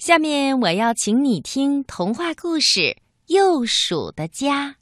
下面我要请你听童话故事《幼鼠的家》。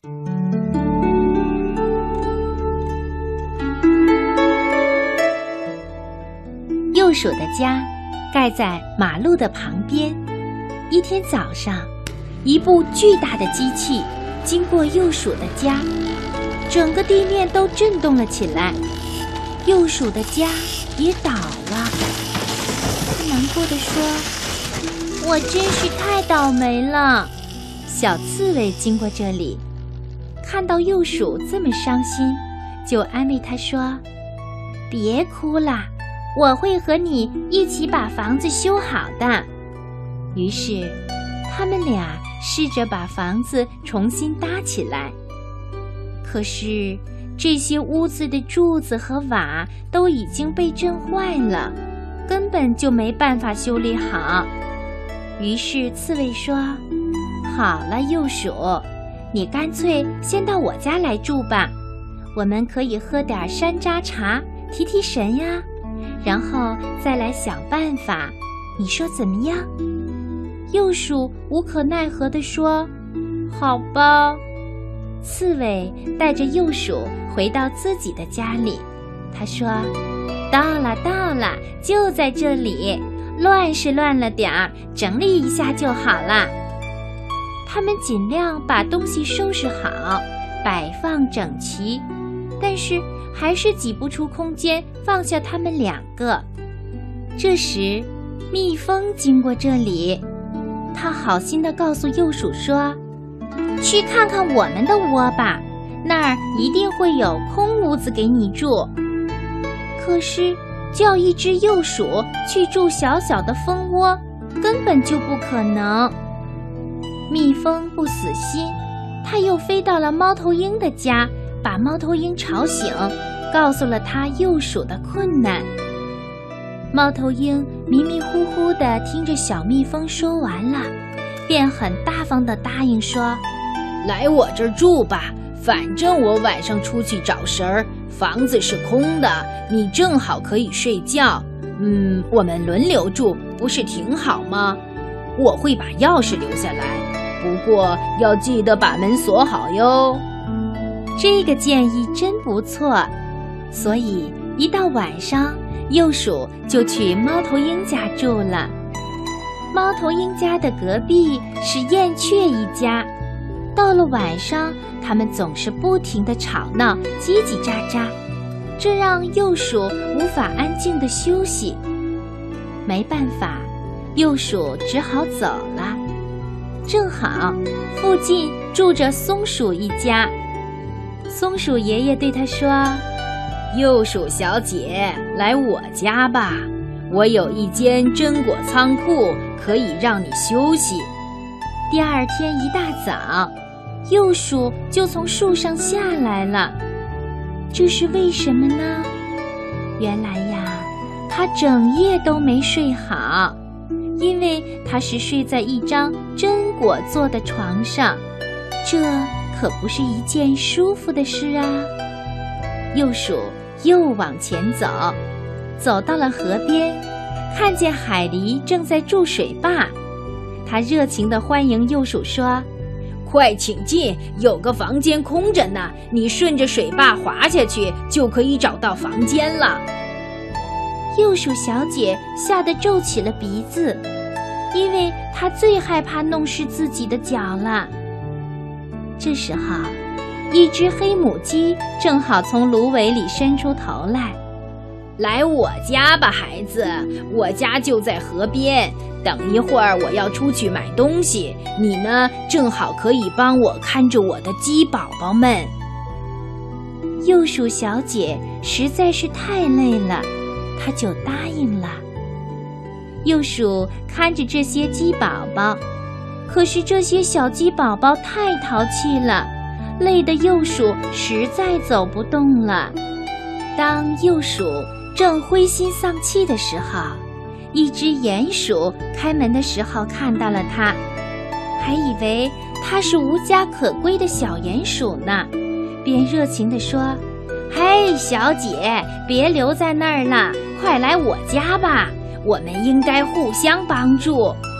幼鼠的家盖在马路的旁边。一天早上，一部巨大的机器经过幼鼠的家，整个地面都震动了起来，幼鼠的家也倒了。他难过地说：“我真是太倒霉了。”小刺猬经过这里，看到幼鼠这么伤心，就安慰他说：“别哭啦，我会和你一起把房子修好的。”于是他们俩试着把房子重新搭起来，可是这些屋子的柱子和瓦都已经被震坏了，根本就没办法修理好。于是刺猬说：“好了，幼鼠，你干脆先到我家来住吧，我们可以喝点山楂茶提提神呀，然后再来想办法，你说怎么样？”幼鼠无可奈何地说：“好吧。”刺猬带着幼鼠回到自己的家里，他说：“到了，就在这里，乱是乱了点儿，整理一下就好了。”他们尽量把东西收拾好，摆放整齐，但是还是挤不出空间放下他们两个。这时，蜜蜂经过这里，他好心地告诉幼鼠说：“去看看我们的窝吧，那儿一定会有空屋子给你住。”可是叫一只幼鼠去住小小的蜂窝，根本就不可能。蜜蜂不死心，它又飞到了猫头鹰的家，把猫头鹰吵醒，告诉了他幼鼠的困难。猫头鹰迷迷糊糊地听着小蜜蜂说完了，便很大方地答应说：“ 来我这儿住吧，反正我晚上出去找食儿，房子是空的，你正好可以睡觉。我们轮流住，不是挺好吗？我会把钥匙留下来，不过要记得把门锁好哟。” 这个建议真不错，所以一到晚上，幼鼠就去猫头鹰家住了。猫头鹰家的隔壁是燕雀一家，到了晚上，他们总是不停地吵闹，叽叽喳喳，这让幼鼠无法安静地休息。没办法，幼鼠只好走了。正好附近住着松鼠一家，松鼠爷爷对他说：“ 幼鼠小姐，来我家吧，我有一间榛果仓库，可以让你休息。” 第二天一大早，幼鼠就从树上下来了。这是为什么呢？原来呀，它整夜都没睡好，因为它是睡在一张榛果做的床上，这可不是一件舒服的事啊。幼鼠又往前走，走到了河边，看见海狸正在筑水坝。他热情地欢迎幼鼠说：“ 快请进，有个房间空着呢，你顺着水坝滑下去，就可以找到房间了。” 幼鼠小姐吓得皱起了鼻子，因为她最害怕弄湿自己的脚了。这时候，一只黑母鸡正好从芦苇里伸出头来。 “来我家吧，孩子，我家就在河边。等一会儿我要出去买东西，你呢，正好可以帮我看着我的鸡宝宝们。” 幼鼠小姐实在是太累了，她就答应了。幼鼠看着这些鸡宝宝，可是这些小鸡宝宝太淘气了，累得幼鼠实在走不动了。当幼鼠正灰心丧气的时候，一只鼹鼠开门的时候看到了它，还以为它是无家可归的小鼹鼠呢，便热情地说：“嘿，小姐，别留在那儿了，快来我家吧，我们应该互相帮助。”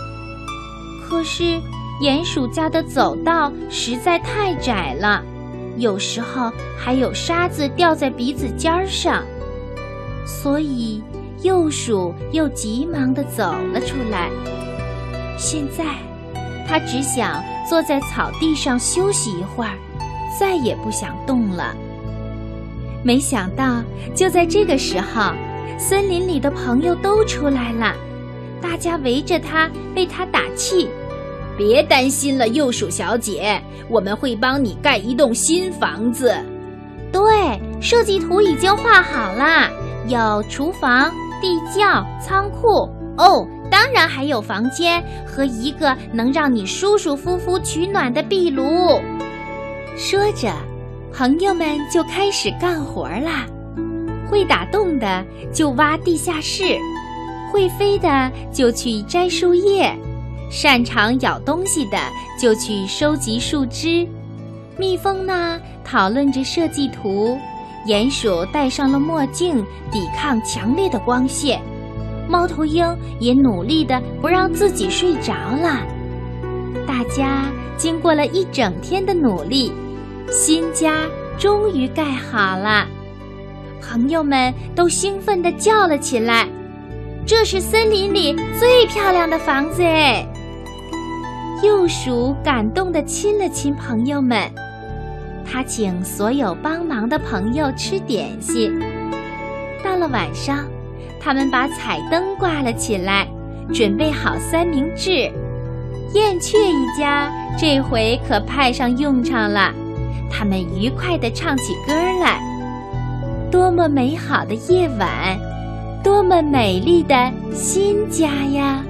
可是鼹鼠家的走道实在太窄了，有时候还有沙子掉在鼻子尖上，所以鼬鼠又急忙地走了出来。现在它只想坐在草地上休息一会儿，再也不想动了。没想到就在这个时候，森林里的朋友都出来了，大家围着它，为它打气。 别担心了，鼬鼠小姐，我们会帮你盖一栋新房子。 对，设计图已经画好了，有厨房、地窖、仓库，哦，当然还有房间和一个能让你舒舒服服取暖的壁炉。说着，朋友们就开始干活啦。会打洞的就挖地下室，会飞的就去摘树叶，擅长咬东西的就去收集树枝。蜜蜂呢，讨论着设计图；鼹鼠戴上了墨镜，抵抗强烈的光线；猫头鹰也努力地不让自己睡着了。大家经过了一整天的努力，新家终于盖好了。朋友们都兴奋地叫了起来：“这是森林里最漂亮的房子哎！”鼬鼠感动地亲了亲朋友们，他请所有帮忙的朋友吃点心。到了晚上，他们把彩灯挂了起来，准备好三明治。燕雀一家这回可派上用场了，他们愉快地唱起歌来。多么美好的夜晚，多么美丽的新家呀！